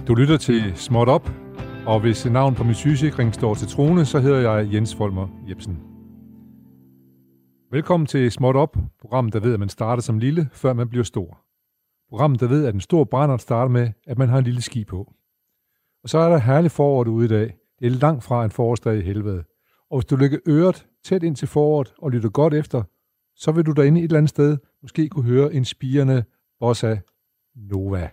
Du lytter til Småt Op, og hvis navn på min sygesikring står til trone, så hedder jeg Jens Folmer Jebsen. Velkommen til Småt Op, programmet, der ved, at man starter som lille, før man bliver stor. Programmet, der ved, at en stor brændert starter med, at man har en lille ski på. Og så er der herligt forår ude i dag. Det er langt fra en forårsdag i helvede. Og hvis du lægger øret tæt ind til foråret og lytter godt efter, så vil du derinde et eller andet sted måske kunne høre en spirende bossa nova.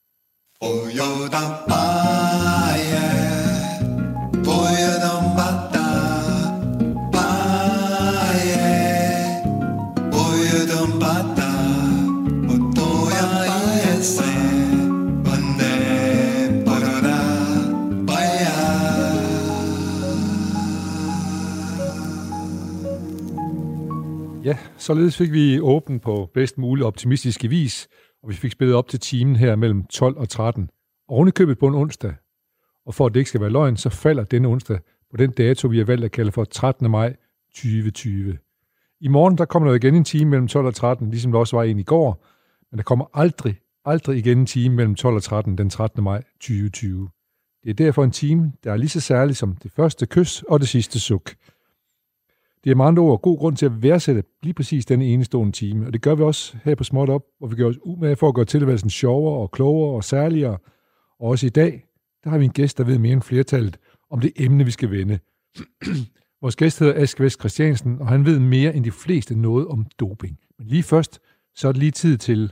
Ja, således fik vi åbent på bedst mulig optimistiske vis, og vi fik spillet op til timen her mellem 12 og 13, oven i købet på en onsdag. Og for at det ikke skal være løgn, så falder denne onsdag på den dato, vi har valgt at kalde for 13. maj 2020. I morgen, der kommer der igen en time mellem 12 og 13, ligesom der også var en i går, men der kommer aldrig igen en time mellem 12 og 13 den 13. maj 2020. Det er derfor en time, der er lige så særlig som det første kys og det sidste suk. Det er med andre ord god grund til at værdsætte lige præcis denne enestående time, og det gør vi også her på Småt Op, hvor vi gør os umage for at gøre tilværelsen sjovere og klogere og særligere. Og også i dag, der har vi en gæst, der ved mere end flertallet om det emne, vi skal vende. Vores gæst hedder Ask Vest Christiansen, og han ved mere end de fleste noget om doping. Men lige først, så er det lige tid til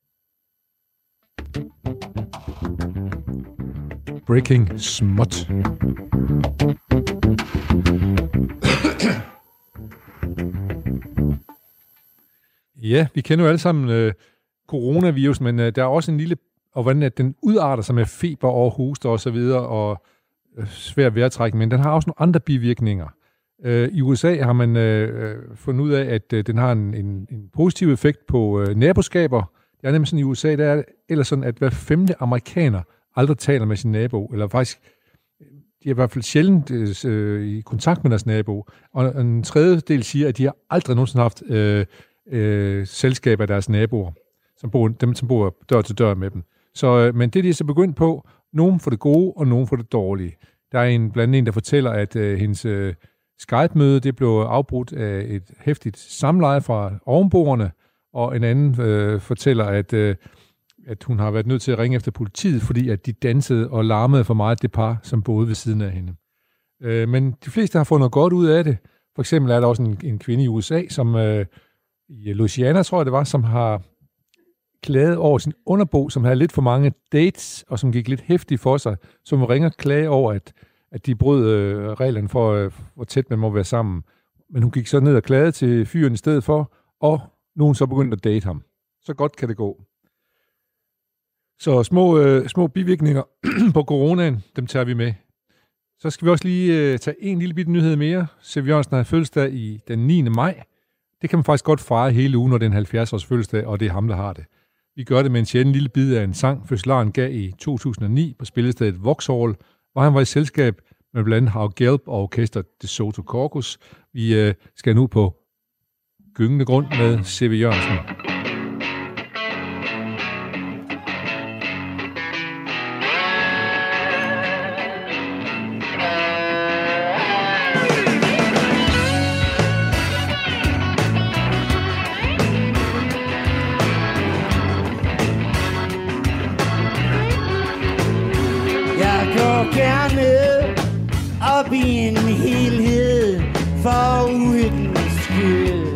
Breaking Smut. Ja, vi kender jo alle sammen coronavirus, men der er også en lille, og hvordan at den udarter sig med feber og hoster og så videre, og svær vejrtrækning, men den har også nogle andre bivirkninger. I USA har man fundet ud af, at den har en positiv effekt på naboskaber. Det er nemlig sådan i USA, der er ellers sådan, at hver 5. amerikaner aldrig taler med sin nabo, eller faktisk, de er i hvert fald sjældent i kontakt med deres nabo. Og en tredjedel siger, at de har aldrig nogensinde haft selskaber af deres naboer, dem som bor dør til dør med dem. Så, men det er de så begyndt på, nogen for det gode, og nogen for det dårlige. Der er blandt andet en, der fortæller, at hendes Skype-møde, det blev afbrudt af et heftigt samleje fra ovenboerne, og en anden fortæller, at hun har været nødt til at ringe efter politiet, fordi at de dansede og larmede for meget det par, som boede ved siden af hende. Men de fleste har fået noget godt ud af det. For eksempel er der også en kvinde i USA, som i Louisiana, tror jeg det var, som har klaget over sin underbo, som havde lidt for mange dates, og som gik lidt hæftigt for sig, som ringer og klage over, at de brød reglerne for, hvor tæt man må være sammen. Men hun gik så ned og klagede til fyren i stedet for, og nu hun så begyndte at date ham. Så godt kan det gå. Så små bivirkninger på coronaen, dem tager vi med. Så skal vi også lige tage en lille bitte nyhed mere. Sev Jørgensen har fødselsdag i den 9. maj. Det kan man faktisk godt fejre hele ugen, når det er en 70-års fødselsdag, og det er ham, der har det. Vi gør det med en sjælden lille bid af en sang, fødselaren gav i 2009 på spillestedet Vauxhall, hvor han var i selskab med blandt andet Hav Gelb og orkester DeSoto Corcus. Vi skal nu på gyngende grund med Sev Jørgensen. Op i en helhed for uhyggens skyld.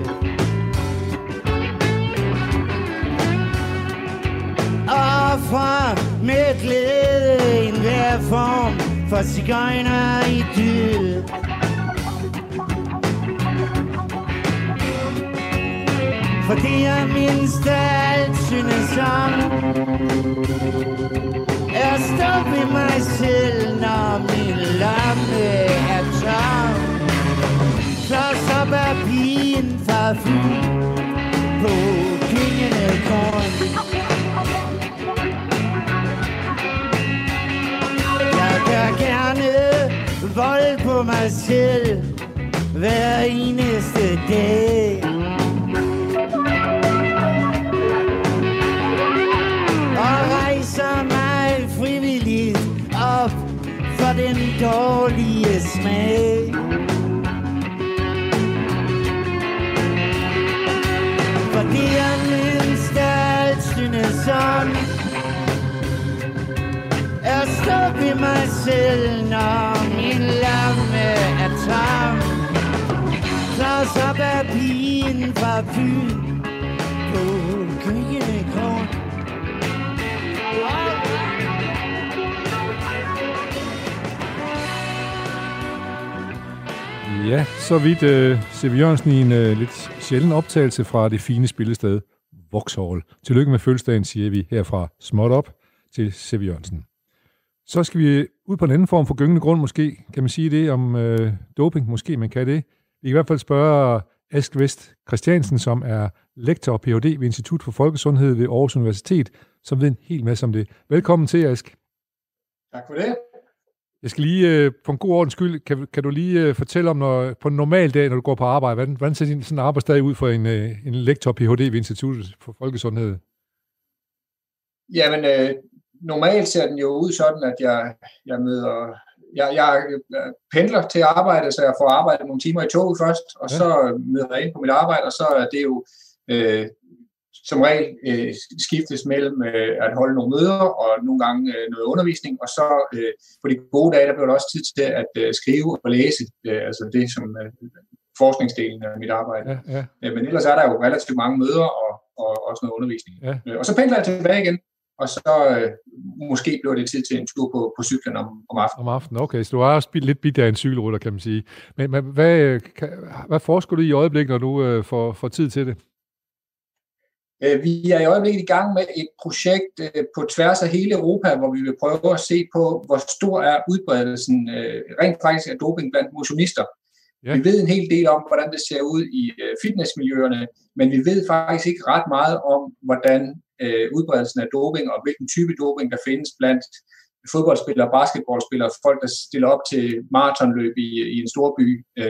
Og fra med glæde enhver form for sigøjner i dyd. For det jeg mindst af alt synes om er stå ved mig selv, når min lomme er tom. Klods op af pigen fra Fyn på gyngende korn. Jeg gør gerne vold på mig selv hver eneste dag. Og rejser mig frivilligt dårlige smag. For det er mindst af alt synes sådan, at stå ved mig selv, når min lamme er tam. Klaus op af pigen fra Fyn på København. Ja, så vidt C.V. Jørgensen i en lidt sjælden optagelse fra det fine spillested Vauxhall. Tillykke med fødselsdagen, siger vi herfra småt op til C.V. Jørgensen. Så skal vi ud på en anden form for gyngende grund, måske. Kan man sige det om doping? Måske man kan det. Vi kan i hvert fald spørge Ask Vest Christiansen, som er lektor og Ph.D. ved Institut for Folkesundhed ved Aarhus Universitet, som ved en hel masse om det. Velkommen til, Ask. Tak for det. Jeg skal lige, på en god ordens skyld, kan du lige fortælle om, på en normal dag, når du går på arbejde, hvordan ser din sådan arbejdsdag ud for en lektor Ph.D. ved Instituttet for Folkesundhed? Jamen, normalt ser den jo ud sådan, at jeg møder... Jeg pendler til arbejde, så jeg får arbejdet nogle timer i toget først, og så møder jeg ind på mit arbejde, og så er det jo som regel skiftes mellem at holde nogle møder og nogle gange noget undervisning, og så på de gode dage, der bliver der også tid til at skrive og læse, altså det som forskningsdelen af mit arbejde. Men ellers er der jo relativt mange møder og også noget undervisning. Og så pendler jeg tilbage igen, og så måske bliver det tid til en tur på cyklen om aftenen. Om aftenen, okay. Så du har også lidt bidt af en cykelrytter, kan man sige. Men hvad forsker du i øjeblikket, når du får tid til det? Vi er i øjeblikket i gang med et projekt på tværs af hele Europa, hvor vi vil prøve at se på, hvor stor er udbredelsen rent faktisk af doping blandt motionister. Ja. Vi ved en hel del om, hvordan det ser ud i fitnessmiljøerne, men vi ved faktisk ikke ret meget om, hvordan udbredelsen af doping og hvilken type doping der findes blandt fodboldspillere, basketballspillere, folk der stiller op til maratonløb i en storby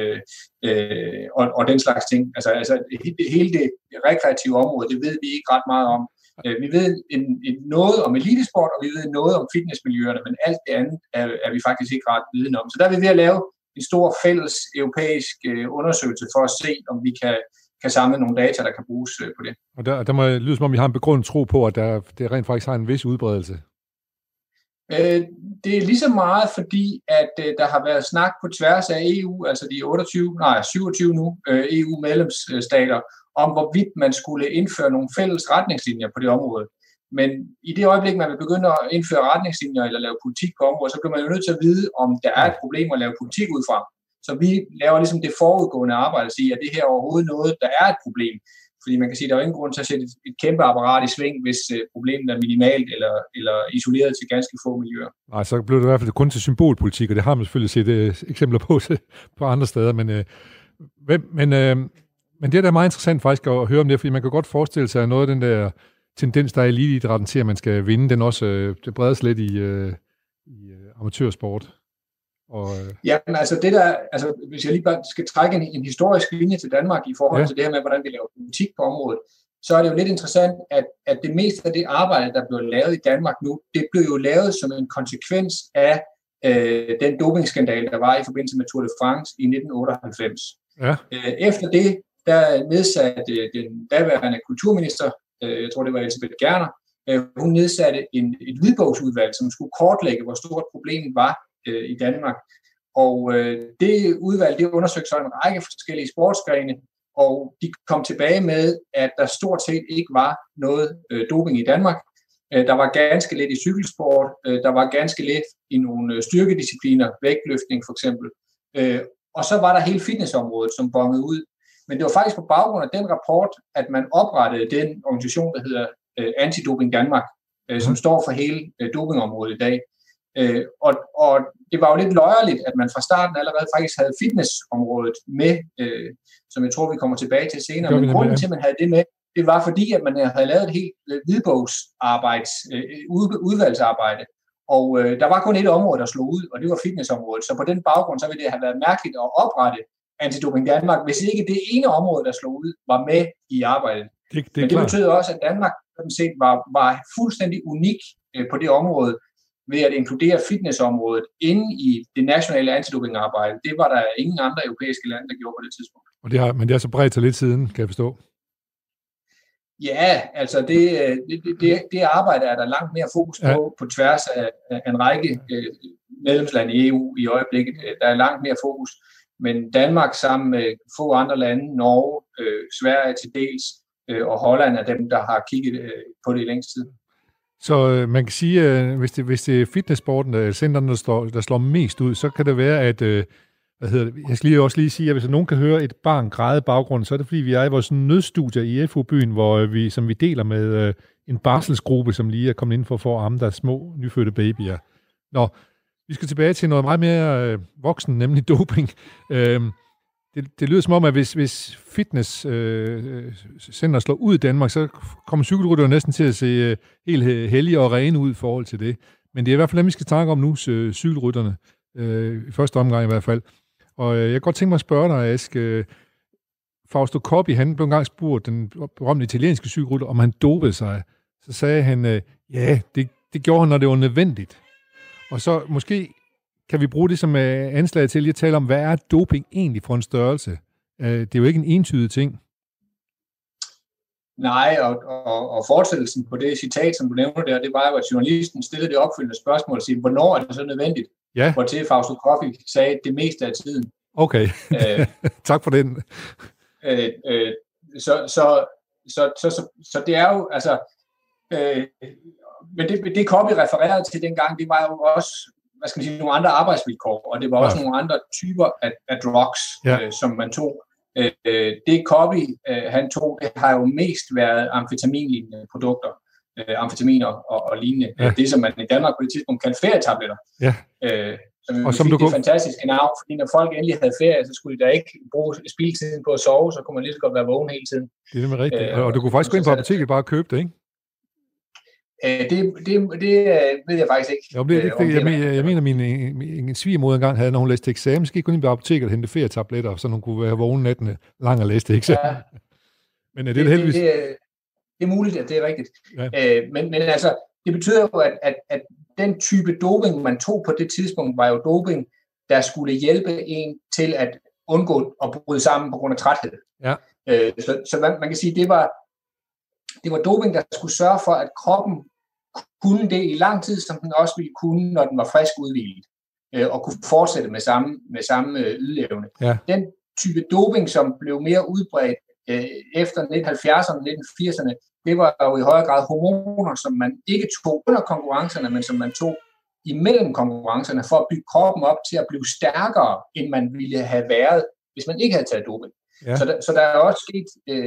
og den slags ting. Altså hele det rekreative område, det ved vi ikke ret meget om. Vi ved noget om elitesport, og vi ved noget om fitnessmiljøerne, men alt det andet er vi faktisk ikke ret viden om. Så der er vi ved at lave en stor fælles europæisk undersøgelse for at se, om vi kan samle nogle data, der kan bruges på det. Og der må lyde som om, I har en begrundet tro på, at det rent faktisk har en vis udbredelse. Det er lige så meget, fordi at der har været snak på tværs af EU, altså de 27 nu EU-medlemsstater, om hvorvidt man skulle indføre nogle fælles retningslinjer på det område. Men i det øjeblik, man vil begynde at indføre retningslinjer eller lave politik på området, så bliver man jo nødt til at vide, om der er et problem at lave politik ud fra. Så vi laver ligesom det forudgående arbejde at sige, at det her overhovedet noget, der er et problem. Fordi man kan sige, at der er ingen grund til at sætte et kæmpe apparat i sving, hvis problemet er minimalt eller isoleret til ganske få miljøer. Nej, så bliver det i hvert fald kun til symbolpolitik, og det har man selvfølgelig set eksempler på andre steder. Men det er da meget interessant faktisk at høre om det, fordi man kan godt forestille sig, at noget af den der tendens, der er i eliteidrætten til, at man skal vinde, den også det bredes lidt i amatørsport. Jamen, hvis jeg lige bare skal trække en historisk linje til Danmark i forhold til det her med, hvordan vi laver politik på området, så er det jo lidt interessant, at det meste af det arbejde, der blev lavet i Danmark nu, det blev jo lavet som en konsekvens af den dopingskandale, der var i forbindelse med Tour de France i 1998. Ja. Efter det, der nedsatte den daværende kulturminister, jeg tror det var Elsebeth Gerner, hun nedsatte et hvidbogsudvalg, som skulle kortlægge, hvor stort problemet var i Danmark. Og det udvalg, det undersøgte så en række forskellige sportsgrene, og de kom tilbage med, at der stort set ikke var noget doping i Danmark. Der var ganske lidt i cykelsport, der var ganske lidt i nogle styrkediscipliner, vægtløftning for eksempel. Og så var der hele fitnessområdet, som bongede ud. Men det var faktisk på baggrund af den rapport, at man oprettede den organisation, der hedder Antidoping Danmark, som står for hele dopingområdet i dag. Og det var jo lidt løjerligt, at man fra starten allerede faktisk havde fitnessområdet med, som jeg tror, vi kommer tilbage til senere. Men grunden til, at man havde det med, det var fordi, at man havde lavet et helt udvalgsarbejde. Og der var kun et område, der slog ud, og det var fitnessområdet. Så på den baggrund, så ville det have været mærkeligt at oprette Antidoping Danmark, hvis ikke det ene område, der slog ud, var med i arbejdet. Men det betød også, at Danmark sådan set var fuldstændig unik på det område. ved at inkludere fitnessområdet inde i det nationale antidopingarbejde. Det var der ingen andre europæiske lande, der gjorde på det tidspunkt. Men det har så bredt sig lidt siden, kan jeg forstå. Ja, altså det arbejde er der langt mere fokus på tværs af en række medlemslande i EU i øjeblikket. Der er langt mere fokus. Men Danmark sammen med få andre lande, Norge, Sverige til dels, og Holland er dem, der har kigget på det i længst tid. Så man kan sige, hvis det er fitnesssporten, der slår mest ud, så kan det være, at jeg skal også lige sige, at hvis nogen kan høre et barn græde i baggrunden, så er det fordi, vi er i vores nødstudie i FU-byen, som vi deler med en barselsgruppe, som lige er kommet ind for at få amme deres små, nyfødte babyer. Nå, vi skal tilbage til noget meget mere voksen, nemlig doping. Det lyder som om, at hvis fitnesscenter slår ud i Danmark, så kommer cykelrytter næsten til at se helt hellige og rene ud i forhold til det. Men det er i hvert fald dem, vi skal snakke om nu, cykelrytterne, i første omgang i hvert fald. Og jeg kan godt tænke mig at spørge dig, Ask. Fausto Coppi, han blev engang spurgt, den berømte italienske cykelrytter, om han dopede sig. Så sagde han, det gjorde han, når det var nødvendigt. Og så måske kan vi bruge det som anslag til at tale om, hvad er doping egentlig for en størrelse? Det er jo ikke en entydig ting. Nej, og fortsættelsen på det citat, som du nævner der, det var jo, at journalisten stillede det opfølgende spørgsmål og siger, hvornår er det så nødvendigt? Ja. Hvortil Fausto Coppi sagde det meste af tiden. Okay, tak for den. Så det er jo, altså, men det Coppi refererede til dengang, det var jo også, hvad skal man sige, nogle andre arbejdsvilkår, og det var også nogle andre typer af drugs, som man tog. Det Coppi, han tog, det har jo mest været amfetaminlignende produkter, amfetaminer og lignende. Ja. Det, som man i Danmark på det tidspunkt kaldte ferietabletter. Ja. Som fik det fantastiske navn, fordi når folk endelig havde ferie, så skulle de da ikke bruge spildtiden på at sove, så kunne man lige så godt være vågen hele tiden. Det er nemlig rigtigt. Og du kunne faktisk gå ind på apoteket og bare købe det, ikke? Det ved jeg faktisk ikke. Jo, jeg mener, min svigermor engang havde, når hun læste eksamen, så gik hun ind på apoteket og hente ferietabletter, så hun kunne være vågen natten lang og læse det eksamen. Ja. Men det heldigvis... Det er muligt, at det er rigtigt. Ja. Men altså, det betyder jo, at den type doping, man tog på det tidspunkt, var jo doping, der skulle hjælpe en til at undgå at bryde sammen på grund af træthed. Ja. Så man kan sige, det var doping, der skulle sørge for, at kroppen kunne det i lang tid, som den også ville kunne, når den var frisk udhvilet, og kunne fortsætte med samme ydeevne. Ja. Den type doping, som blev mere udbredt efter 1970'erne og 1980'erne, det var jo i højere grad hormoner, som man ikke tog under konkurrencerne, men som man tog imellem konkurrencerne for at bygge kroppen op til at blive stærkere, end man ville have været, hvis man ikke havde taget doping. Ja. Så der er også sket,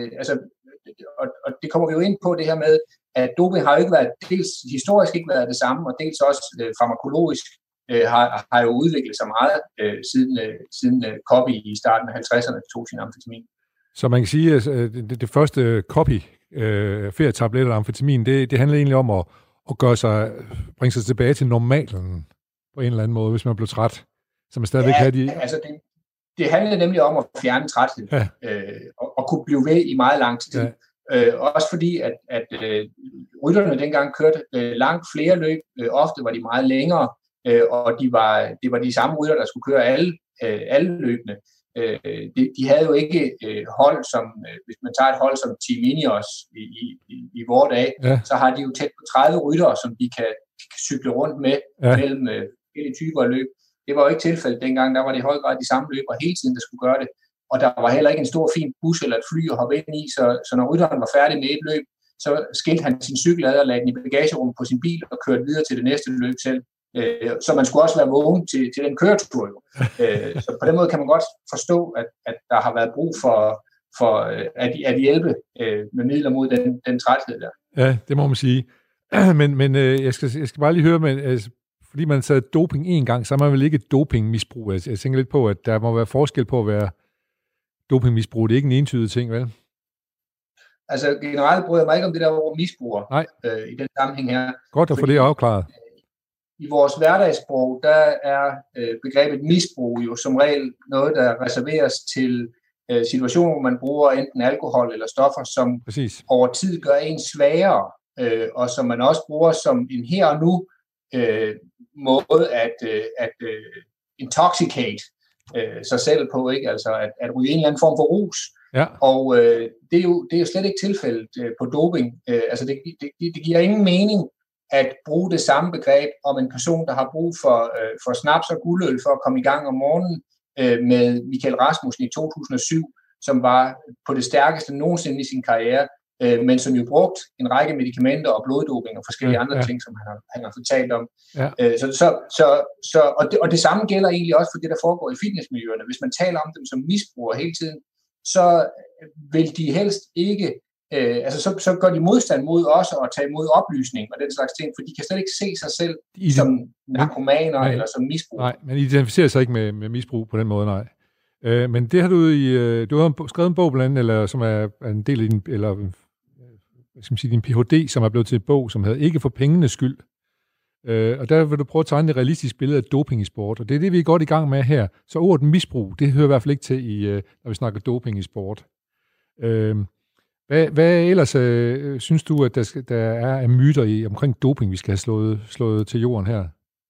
og det kommer vi jo ind på det her med, at doping har jo ikke været, dels historisk ikke været det samme, og dels også farmakologisk har jo udviklet sig meget, siden Coppi i starten af 50'erne tog sin amfetamin. Så man kan sige, at det første Coppi, ferietabletter og amfetamin, det handler egentlig om at bringe sig tilbage til normalen på en eller anden måde, hvis man blev træt. Så man stadigvæk have de... altså det handler nemlig om at fjerne træthed, og kunne blive ved i meget lang tid. Ja. Også fordi, at rytterne dengang kørte langt flere løb, ofte var de meget længere, og det var de samme rytter, der skulle køre alle løbene. De havde jo ikke hold som, hvis man tager et hold som Team Ineos i vore dage, så har de jo tæt på 30 ryttere, som de kan cykle rundt med mellem forskellige typer af løb. Det var jo ikke tilfældet dengang, der var det i høj grad de samme løbere hele tiden, der skulle gøre det. Og der var heller ikke en stor fin bus eller et fly at hoppe ind i, så når rytteren var færdig med et løb, så skilte han sin cykel ad og lagde den i bagagerummet på sin bil og kørte videre til det næste løb selv. Så man skulle også være vågen til den køretur. Så på den måde kan man godt forstå, at der har været brug for at hjælpe med midler mod den træthed der. Ja, det må man sige. Men jeg skal bare lige høre, altså, fordi man tager doping en gang, så er man vel ikke et dopingmisbrug. Altså, jeg tænker lidt på, at der må være forskel på at være dopingmisbrug. Det er ikke en entydig ting, vel? Altså generelt bryder jeg mig ikke om det der ord misbruger i den sammenhæng her. Godt at få det afklaret. I vores hverdagssprog, der er begrebet misbrug jo som regel noget, der reserveres til situationer, hvor man bruger enten alkohol eller stoffer, som over tid gør en svagere, og som man også bruger som en her og nu måde at intoxicate sig selv på, ikke? Altså at ryge en eller anden form for rus. Ja. Og det er jo slet ikke tilfældet på doping. Altså det giver ingen mening at bruge det samme begreb om en person, der har brug for snaps og guldøl for at komme i gang om morgenen, med Michael Rasmussen i 2007, som var på det stærkeste nogensinde i sin karriere, men som jo brugt en række medicamenter og bloddoping og forskellige andre ting, som han har fortalt om. Ja. Og det samme gælder egentlig også for det, der foregår i fitnessmiljøerne. Hvis man taler om dem som misbrugere hele tiden, så vil de helst ikke, så går de modstand mod også at tage imod oplysning og den slags ting, for de kan slet ikke se sig selv som narkomaner eller som misbrugere. Nej, man identificerer sig ikke med misbrug på den måde, nej. Men det har du har skrevet en bog blandt andet, eller som er en del af din, eller din Ph.D., som er blevet til en bog, som hedder Ikke for pengenes skyld. Og der vil du prøve at tegne et realistisk billede af doping i sport, og det er det, vi er godt i gang med her. Så ordet misbrug, det hører i hvert fald ikke til, når vi snakker doping i sport. Hvad ellers synes du, at der er af myter omkring doping, vi skal have slået til jorden her?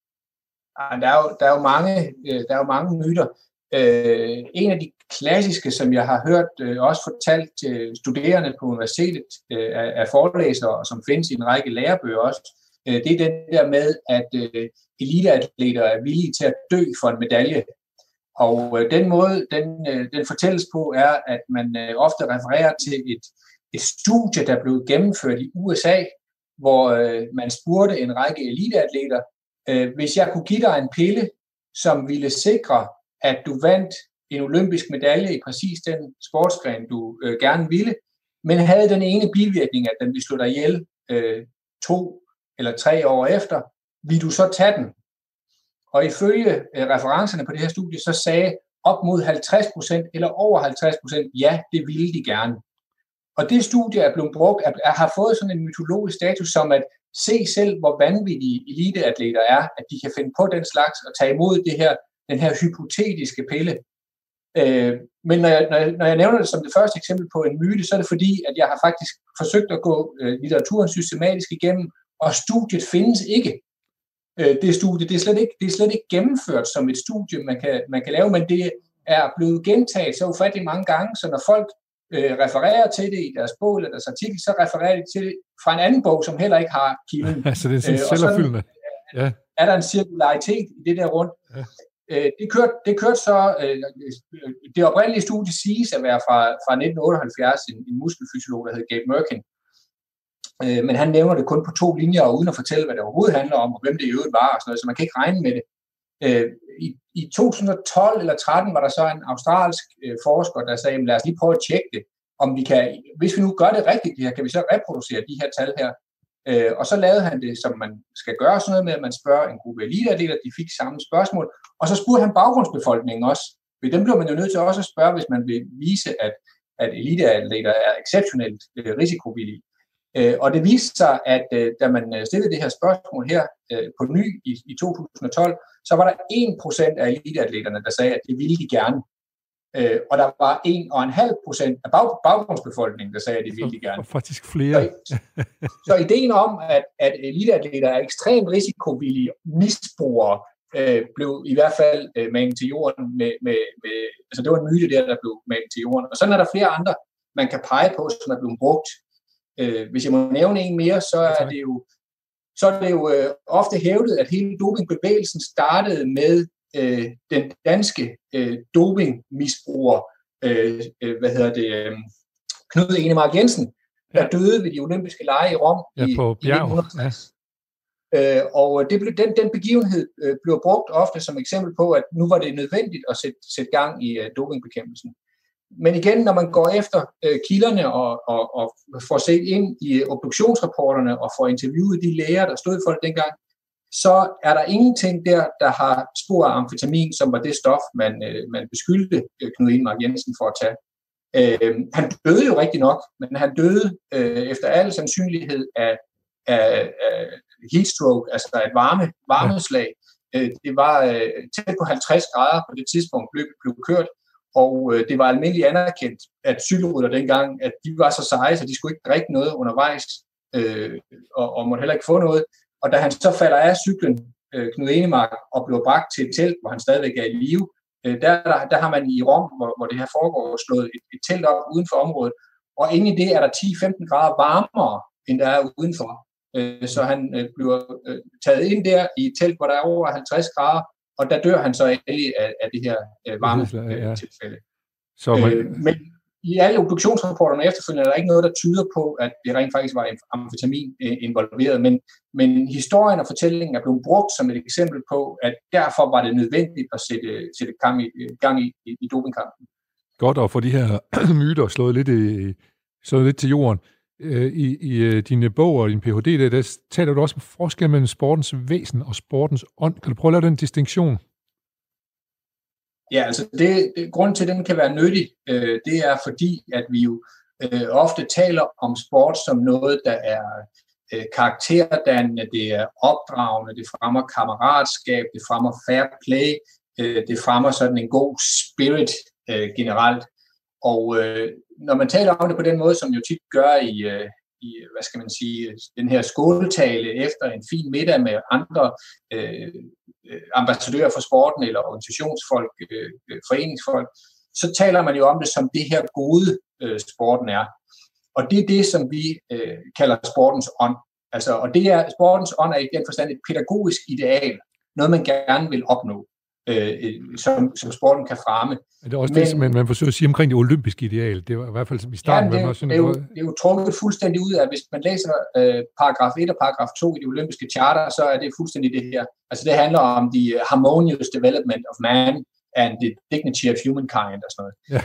Der er jo mange myter. En af de klassiske, som jeg har hørt også fortalt til studerende på universitetet af forelæsere, og som findes i en række lærebøger også, det er den der med, at eliteatleter er villige til at dø for en medalje. Og den måde, den fortælles på, er, at man ofte refererer til et studie, der blev gennemført i USA, hvor man spurgte en række eliteatleter, hvis jeg kunne give dig en pille, som ville sikre, at du vandt en olympisk medalje i præcis den sportsgren, du gerne ville, men havde den ene bivirkning, at den ville slå dig ihjel 2 eller 3 år efter, vil du så tage den? Og ifølge referencerne på det her studie, så sagde op mod 50% eller over 50%, ja, det ville de gerne. Og det studie er blevet brugt, har fået sådan en mytologisk status som at se selv, hvor vanvittige eliteatleter er, at de kan finde på den slags og tage imod den her hypotetiske pille. Men når jeg nævner det som det første eksempel på en myte, så er det fordi, at jeg har faktisk forsøgt at gå litteraturen systematisk igennem, og studiet findes ikke. Det studie, det er slet ikke gennemført som et studie, man kan lave, men det er blevet gentaget så ufatteligt mange gange, så når folk refererer til det i deres bog eller deres artikel, så refererer de til det fra en anden bog, som heller ikke har kilden. Så det er sådan selvopfyldende. Ja. Er der en cirkularitet i det der rundt? Ja. Det kørte så, det oprindelige studie siges at være fra 1978, en muskelfysiolog, der hed Gabe Mirkin. Men han nævner det kun på 2 linjer, uden at fortælle, hvad det overhovedet handler om, og hvem det i øvrigt var, og sådan noget, så man kan ikke regne med det. I 2012 eller 2013 var der så en australsk forsker, der sagde, lad os lige prøve at tjekke det, om vi kan, hvis vi nu gør det rigtigt, kan vi så reproducere de her tal her. Og så lavede han det, som man skal gøre, sådan noget med, at man spørger en gruppe eliteatleter, de fik samme spørgsmål, og så spurgte han baggrundsbefolkningen også. For dem bliver man jo nødt til også at spørge, hvis man vil vise, at eliteatleter er exceptionelt risikovillige. Og det viste sig, at da man stillede det her spørgsmål her på ny i 2012, så var der 1% af eliteatleterne, der sagde, at det ville de gerne. Og der var 1,5% af baggrundsbefolkningen, der sagde, at det ville de gerne. Og faktisk flere. Så ideen om, at eliteatleter er ekstremt risikovillige misbrugere, blev i hvert fald manet til jorden altså det var en myte der blev manet til jorden. Og sådan er der flere andre, man kan pege på, som er blevet brugt. Hvis jeg må nævne en mere, så er det jo ofte hævdet, at hele dopingbevægelsen startede med den danske dopingmisbruger, Knud Enemark Jensen, der døde ved de olympiske lege i Rom i 1960. Og den begivenhed blev brugt ofte som eksempel på, at nu var det nødvendigt at sætte gang i dopingbekæmpelsen. Men igen, når man går efter kilderne og får set ind i obduktionsrapporterne og får interviewet de læger, der stod for det dengang, så er der ingenting der har spor af amfetamin, som var det stof, man beskyldte Knud Enemark Jensen for at tage. Han døde jo rigtig nok, men han døde efter al sandsynlighed af heatstroke, altså et varmeslag. Det var tæt på 50 grader på det tidspunkt, løbet blev kørt, og det var almindeligt anerkendt, at cykelrytter dengang, at de var så seje, så de skulle ikke drikke noget undervejs, og måtte heller ikke få noget. Og da han så falder af cyklen, Knud Enemark, og bliver bragt til et telt, hvor han stadigvæk er i live, der har man i Rom, hvor det her foregår, slået et telt op uden for området, og inde i det er der 10-15 grader varmere, end der er udenfor. Så han bliver taget ind der i et telt, hvor der er over 50 grader, og der dør han så af det her varme tilfælde. Men i alle obduktionsrapporterne efterfølgende er der ikke noget, der tyder på, at det rent faktisk var amfetamin involveret, men historien og fortællingen er blevet brugt som et eksempel på, at derfor var det nødvendigt at sætte gang i dopingkampen. Godt at få de her myter slået lidt til jorden. I dine bog og din Ph.D. der taler du også om forskel mellem sportens væsen og sportens ånd. Kan du prøve at lave den distinktion? Ja, altså grunden til, at den kan være nyttig, det er fordi, at vi jo ofte taler om sport som noget, der er karakterdannende, det er opdragende, det fremmer kammeratskab, det fremmer fair play, det fremmer sådan en god spirit generelt. Og når man taler om det på den måde, som jo tit gør i hvad skal man sige, den her skåletale efter en fin middag med andre ambassadører for sporten eller organisationsfolk, foreningsfolk, så taler man jo om det som det her gode sporten er. Og det er det, som vi kalder sportens ånd. Altså, og det er sportens ånd er i den forstand et pædagogisk ideal, noget man gerne vil opnå. Som sporten kan fremme. Det er også det, man forsøger at sige omkring det olympiske ideal. Det var i hvert fald som i starten. Ja, det er jo trukket fuldstændig ud af, hvis man læser paragraf 1 og paragraf 2 i det olympiske charter, så er det fuldstændig det her. Altså det handler om the harmonious development of man and the dignity of humankind og sådan noget. Ja.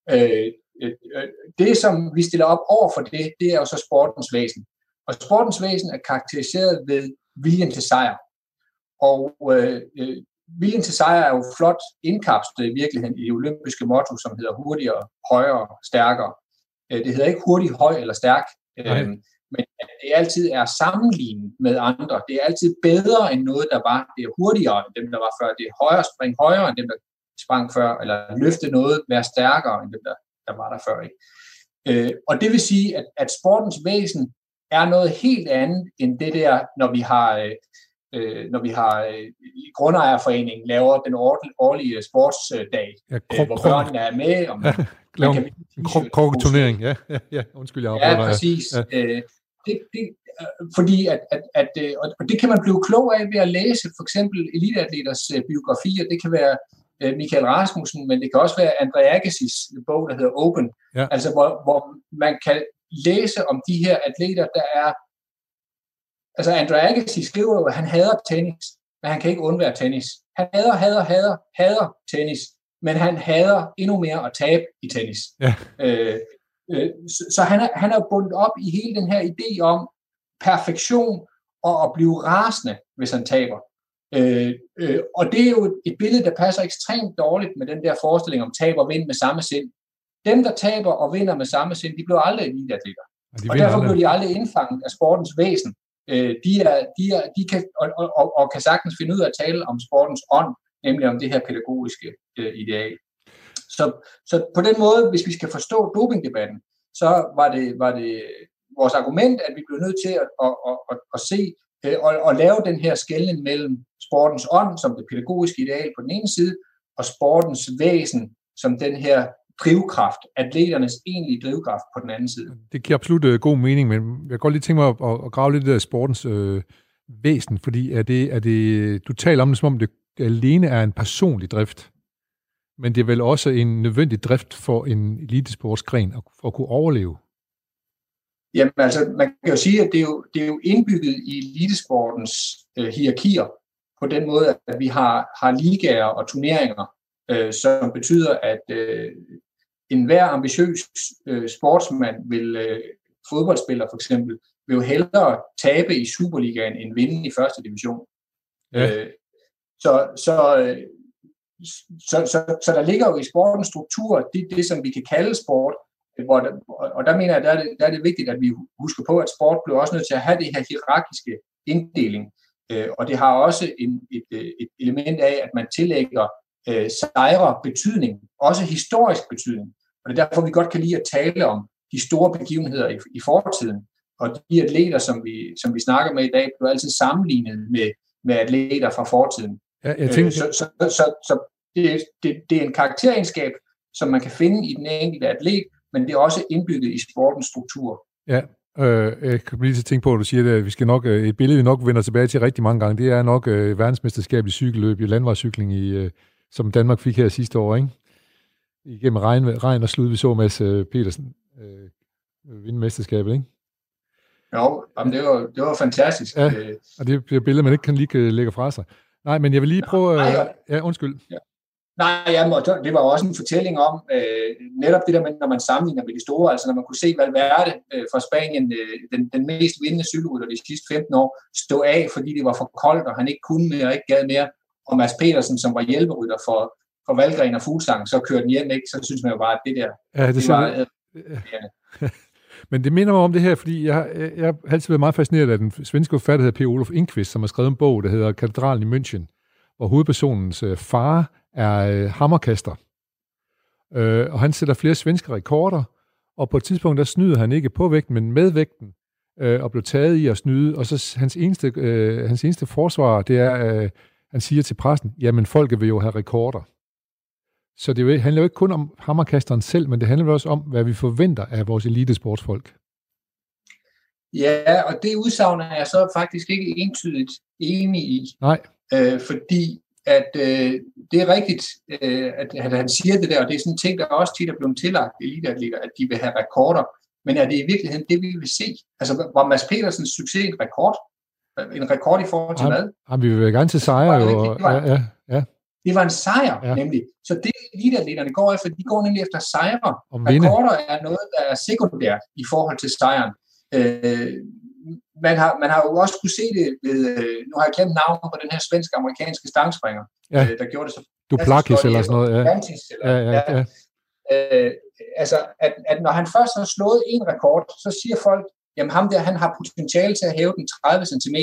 Det, som vi stiller op over for det er jo så sportens væsen. Og sportens væsen er karakteriseret ved viljen til sejr. Og viljen til sejr er jo flot indkapslet i virkeligheden i det olympiske motto, som hedder hurtigere, højere, stærkere. Det hedder ikke hurtig, høj eller stærk, men det altid er sammenlignet med andre. Det er altid bedre end noget, der var. Det er hurtigere end dem, der var før. Det er højere, spring højere end dem, der sprang før, eller løfte noget, være stærkere end dem, der var der før. Ikke? Og det vil sige, at sportens væsen er noget helt andet end det der, når vi har i Grundejerforeningen laver den årlige sportsdag, hvor børnene er med. Og man kan en krokketurnering, ja. Undskyld, jeg afbryder. Ja, præcis. Ja. Fordi og det kan man blive klog af ved at læse for eksempel eliteatleters biografier. Det kan være Michael Rasmussen, men det kan også være Andre Agassi's bog, der hedder Open. Ja. Altså, hvor man kan læse om de her atleter, der er. Altså, Andre Agassi skriver jo, at han hader tennis, men han kan ikke undvære tennis. Han hader tennis, men han hader endnu mere at tabe i tennis. Ja. Så han er bundet op i hele den her idé om perfektion og at blive rasende, hvis han taber. Og det er jo et billede, der passer ekstremt dårligt med den der forestilling om tab og vind med samme sind. Dem, der taber og vinder med samme sind, de bliver aldrig eliteatleter. Og derfor bliver de aldrig indfanget af sportens væsen. De kan og kan sagtens finde ud af at tale om sportens ånd, nemlig om det her pædagogiske ideal. Så på den måde, hvis vi skal forstå dopingdebatten, så var det vores argument, at vi blev nødt til at se og lave den her skelnen mellem sportens ånd som det pædagogiske ideal på den ene side, og sportens væsen som den her drivkraft, atleternes egentlige drivkraft på den anden side. Det giver absolut god mening, men jeg kan godt lige tænke mig at grave lidt af sportens væsen, fordi er det, du taler om det, som om det alene er en personlig drift, men det er vel også en nødvendig drift for en elitesportsgren for at kunne overleve? Jamen altså, man kan jo sige, at det er jo indbygget i elitesportens hierarkier, på den måde, at vi har ligaer og turneringer, som betyder, at enhver ambitiøs sportsmand fodboldspiller for eksempel, vil jo hellere tabe i Superligaen end vinde i første division. Ja. Så der ligger jo i sportens struktur det som vi kan kalde sport, og der mener jeg, der er det vigtigt, at vi husker på, at sport bliver også nødt til at have det her hierarkiske inddeling, og det har også et element af, at man tillægger sejre betydning, også historisk betydning. Og det er derfor, vi godt kan lide at tale om de store begivenheder i fortiden. og de atleter, som vi snakker med i dag, bliver altid sammenlignet med atleter fra fortiden. Ja, jeg tænker... Så det er en karakteregenskab, som man kan finde i den enkelte atlet, men det er også indbygget i sportens struktur. Ja, jeg kan lige tænke på, at du siger, at vi skal nok, et billede, vi nok vender tilbage til rigtig mange gange, det er nok verdensmesterskab i cykelløb, i landvejscykling, som Danmark fik her sidste år, ikke? Igennem regn og slud, vi så Mads Petersen vinde mesterskabet, ikke? Jo, det var fantastisk. Ja, og det er billeder, man ikke kan lige lægge fra sig. Nej, men jeg vil lige prøve... Ja, undskyld. Ja. Nej, det var også en fortælling om netop det der med, når man sammenligner med de store, altså når man kunne se Valverde fra Spanien, den mest vindende cykelrytter de sidste 15 år, stå af, fordi det var for koldt, og han ikke kunne mere og ikke gad mere. Og Mads Petersen, som var hjælperytter for Valgren og Fuglsang, så kørte den hjem, ikke? Så synes man jo bare, at det der... Ja, det var... Men det minder mig om det her, fordi jeg har altid været meget fascineret af den svenske forfatter, der hedder P. Olof Enquist, som har skrevet en bog, der hedder Katedralen i München, hvor hovedpersonens far er hammerkaster. Og han sætter flere svenske rekorder, og på et tidspunkt, der snyder han ikke på vægten, men med vægten, og blev taget i at snyde. Og så hans eneste forsvar, det er, han siger til pressen, jamen folket vil jo have rekorder. Så det handler jo ikke kun om hammerkasteren selv, men det handler også om, hvad vi forventer af vores elitesportsfolk. Ja, og det udsagn er jeg så faktisk ikke entydigt enig i. Nej. Fordi at det er rigtigt, at han siger det der, og det er sådan en ting, der også tit er blevet tillagt eliteatleter, at de vil have rekorder. Men er det i virkeligheden det, vi vil se? Altså, var Mads Petersens succes en rekord? En rekord i forhold til hvad? Vi vil gerne til sejre. Ja. Det var en sejr, nemlig. Så det eliteatleterne går efter, de går nemlig efter sejre. Rekorder er noget, der er sekundært i forhold til sejren. Man har jo også kunne se det ved, nu har jeg glemt navnet på den her svensk-amerikanske stangspringer, der gjorde det så. Duplantis eller sådan noget, ja. Altså, at når han først har slået en rekord, så siger folk, jamen ham der, han har potentiale til at hæve den 30 cm.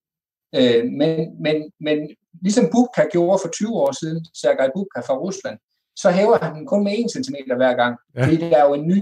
Men ligesom Bubka gjorde for 20 år siden, Sergej Bubka fra Rusland, så hæver han den kun med 1 cm hver gang. Ja. Fordi der er jo en ny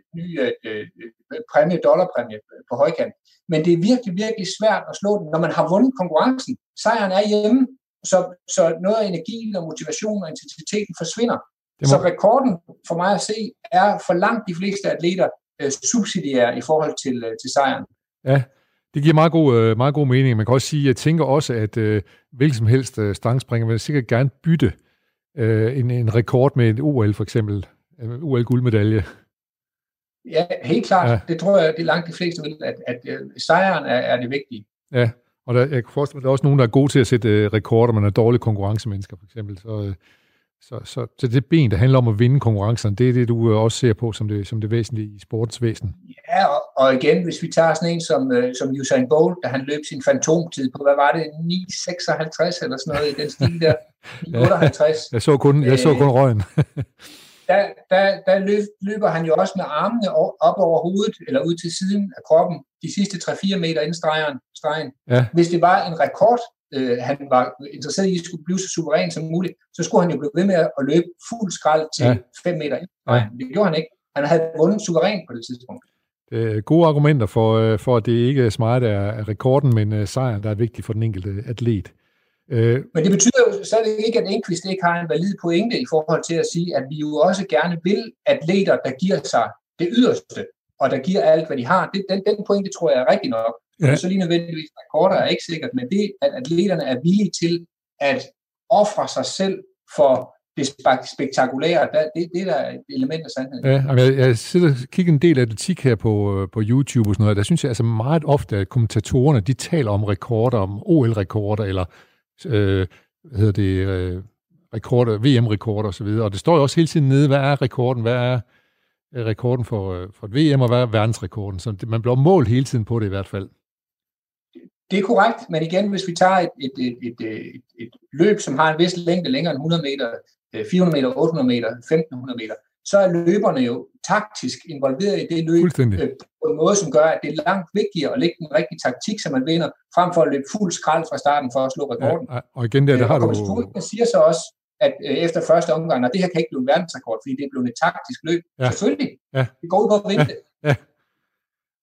dollarpræmie på højkant. Men det er virkelig, virkelig svært at slå den, når man har vundet konkurrencen. Sejren er hjemme, så noget af energien og motivationen og intensiteten forsvinder. Så rekorden for mig at se er for langt de fleste atleter subsidiære i forhold til sejren. Ja, det giver meget god mening. Man kan også sige, jeg tænker også, at hvilken som helst stangspringer vil sikkert gerne bytte en rekord med et OL for eksempel, en OL-guldmedalje. Ja, helt klart. Ja. Det tror jeg, det er langt de fleste vil, at sejren er det vigtige. Ja, og jeg kan forestille mig, at der er også nogen, der er gode til at sætte rekorder, men er dårlige konkurrencemennesker for eksempel. Så det ben, der handler om at vinde konkurrencerne, det er det, du også ser på som det væsentlige i sportens væsen. Ja, og igen, hvis vi tager sådan en som Usain Bolt, da han løb sin fantomtid på, hvad var det, 9:56 eller sådan noget i den stil der, 9:58. Jeg så kun røgen. Der løber han jo også med armene op over hovedet, eller ud til siden af kroppen, de sidste 3-4 meter inden stregen. Ja. Hvis det var en rekord, han var interesseret i at skulle blive så suveræn som muligt, så skulle han jo blive ved med at løbe fuld skrald til 5 meter ind. Ja. Det gjorde han ikke. Han havde vundet suverænt på det tidspunkt. Gode argumenter for, at det ikke er så meget af rekorden, men sejren, der er vigtig for den enkelte atlet. Men det betyder jo stadig ikke, at Enquist ikke har en valid pointe i forhold til at sige, at vi jo også gerne vil atleter, der giver sig det yderste, og der giver alt, hvad de har. Den pointe tror jeg er rigtig nok. Ja. Så lige nødvendigvis rekorder er ikke sikkert, men det, at atleterne er villige til at ofre sig selv for det spektakulære, det er der et element af sandhed. Ja, jeg sidder og kigger en del atletik her på YouTube og sådan noget, der synes jeg altså meget ofte, at kommentatorerne, de taler om rekorder, om OL-rekorder, eller rekorder, VM-rekorder og så videre. Og det står jo også hele tiden nede, hvad er rekorden, hvad er rekorden for et VM, og hvad er verdensrekorden. Så man bliver målt hele tiden på det i hvert fald. Det er korrekt, men igen, hvis vi tager et løb, som har en vis længde længere end 100 meter, 400 meter, 800 meter, 1500 meter, så er løberne jo taktisk involveret i det løb på en måde, som gør, at det er langt vigtigere at lægge den rigtige taktik, så man vinder, frem for at løbe fuld skrald fra starten for at slå rekorden. Ja, og igen der har du... Og siger så også, at efter første omgang, at det her kan ikke blive en verdensrekord, fordi det er blevet et taktisk løb. Ja. Selvfølgelig. Ja. Det går ud på at vinde det. Ja.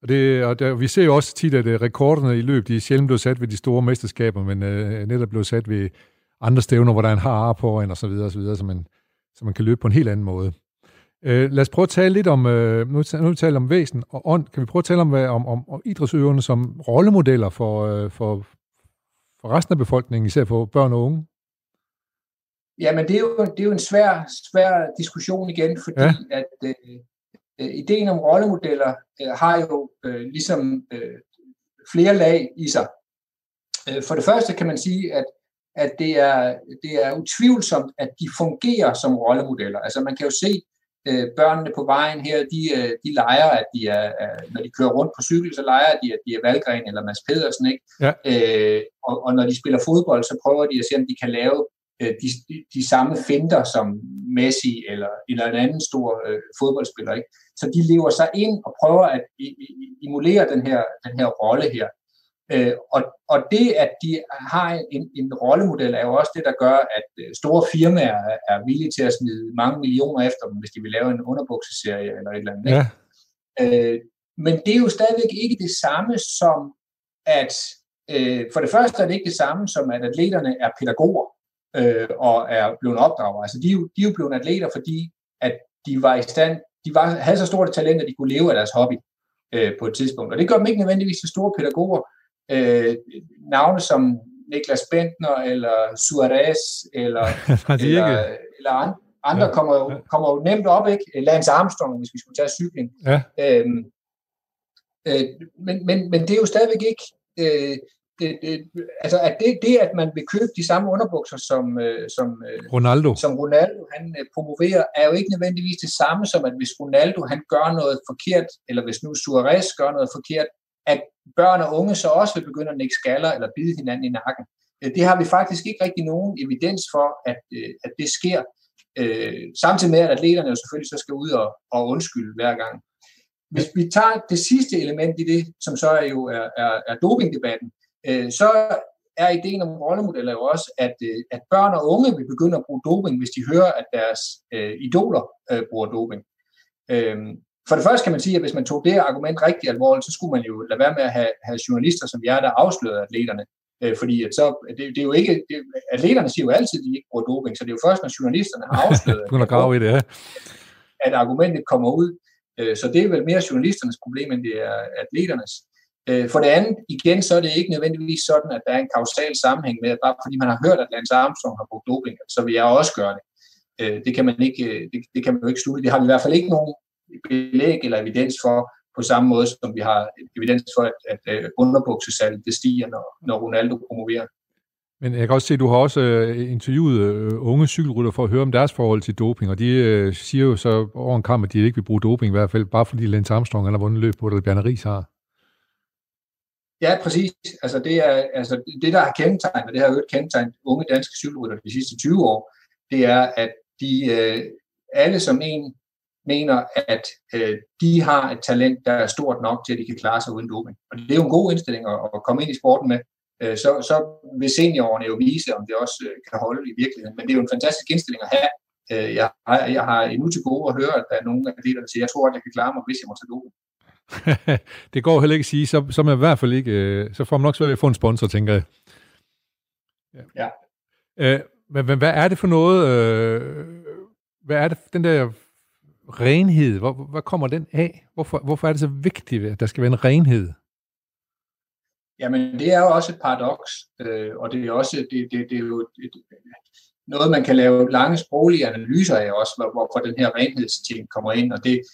Og vi ser jo også tit, at rekorderne i løb, de er sjældent blevet sat ved de store mesterskaber, men netop blevet sat ved andre stævner, hvor der er en hard foran og så videre, så man kan løbe på en helt anden måde. Lad os prøve at tale lidt om, nu taler vi om væsen og ånd. Kan vi prøve at tale om idrætsøverne som rollemodeller for resten af befolkningen, især for børn og unge? Jamen, det er jo en svær diskussion igen, fordi at ideen om rollemodeller har jo ligesom flere lag i sig. For det første kan man sige, at det er utvivlsomt, at de fungerer som rollemodeller. Altså man kan jo se børnene på vejen her, de leger, at de er, når de kører rundt på cykel, så leger de, at de er Valgren eller Mads Pedersen, ikke? Ja. Og når de spiller fodbold, så prøver de at se, om de kan lave de samme finter som Messi eller en anden stor fodboldspiller, ikke? Så de lever sig ind og prøver at emulere den her rolle her. Og det, at de har en rollemodel, er jo også det, der gør, at store firmaer er villige til at smide mange millioner efter dem, hvis de vil lave en underbukseserie eller et eller andet. Ja. Men det er jo stadigvæk ikke det samme som, at for det første er det ikke det samme som, at atleterne er pædagoger og er blevet opdraget. Altså de er jo blevet atleter, fordi at de var i stand, havde så stort et talent, at de kunne leve af deres hobby på et tidspunkt. Og det gør dem ikke nødvendigvis til store pædagoger. Navne som Niklas Bentner eller Suarez eller andre kommer jo nemt op, ikke? Lance Armstrong, hvis vi skulle tage cykling. Ja. Men det er jo stadigvæk ikke altså at det at man vil købe de samme underbukser som Ronaldo han promoverer, er jo ikke nødvendigvis det samme som, at hvis Ronaldo han gør noget forkert, eller hvis nu Suarez gør noget forkert, at børn og unge så også vil begynde at nikke skaller eller bide hinanden i nakken. Det har vi faktisk ikke rigtig nogen evidens for, at det sker. Samtidig med, at atleterne jo selvfølgelig så skal ud og undskylde hver gang. Hvis vi tager det sidste element i det, som så er dopingdebatten, så er ideen om rollemodeller jo også, at børn og unge vil begynde at bruge doping, hvis de hører, at deres idoler bruger doping. For det første kan man sige, at hvis man tog det argument rigtig alvorligt, så skulle man jo lade være med at have journalister, som der afslørede atleterne. Fordi at så, det er jo ikke, atleterne siger jo altid, at de ikke bruger doping, så det er jo først, når journalisterne har afsløret, at argumentet kommer ud. Så det er vel mere journalisternes problem, end det er atleternes. For det andet, igen, så er det ikke nødvendigvis sådan, at der er en kausal sammenhæng med, at bare fordi man har hørt, at Lance Armstrong har brugt doping, så vil jeg også gøre det. Det kan man jo ikke slutte. Det har vi i hvert fald ikke nogen belæg eller evidens for, på samme måde, som vi har evidens for, at underbuksesalget det stiger, når Ronaldo promoverer. Men jeg kan også se, at du har også interviewet unge cykelryttere for at høre om deres forhold til doping, og de siger jo så over en kamp, at de ikke vil bruge doping, i hvert fald bare fordi Lance Armstrong eller vundet løb på det, eller Bjarne Riis har. Ja, præcis. Altså det der har kendetegnet, og det har jo kendetegnet unge danske cykelryttere de sidste 20 år, det er, at de alle som en mener, at de har et talent, der er stort nok til, at de kan klare sig uden doping. Og det er jo en god indstilling at komme ind i sporten med. Så vil seniorårene jo vise, om det også kan holde i virkeligheden. Men det er jo en fantastisk indstilling at have. Jeg har endnu til gode at høre, at der er nogle atleter, der siger, jeg tror, at jeg kan klare mig, hvis jeg må tage doping. Det går heller ikke at sige, så man i hvert fald ikke, så får man nok svært ved at få en sponsor, tænker jeg. Ja. Men hvad er det for noget, hvad er det, den der renhed, hvor kommer den af? Hvorfor er det så vigtigt, at der skal være en renhed? Jamen, det er jo også et paradoks, og det er også det er jo noget, man kan lave lange sproglige analyser af også, hvorfor den her renhedsting kommer ind, og det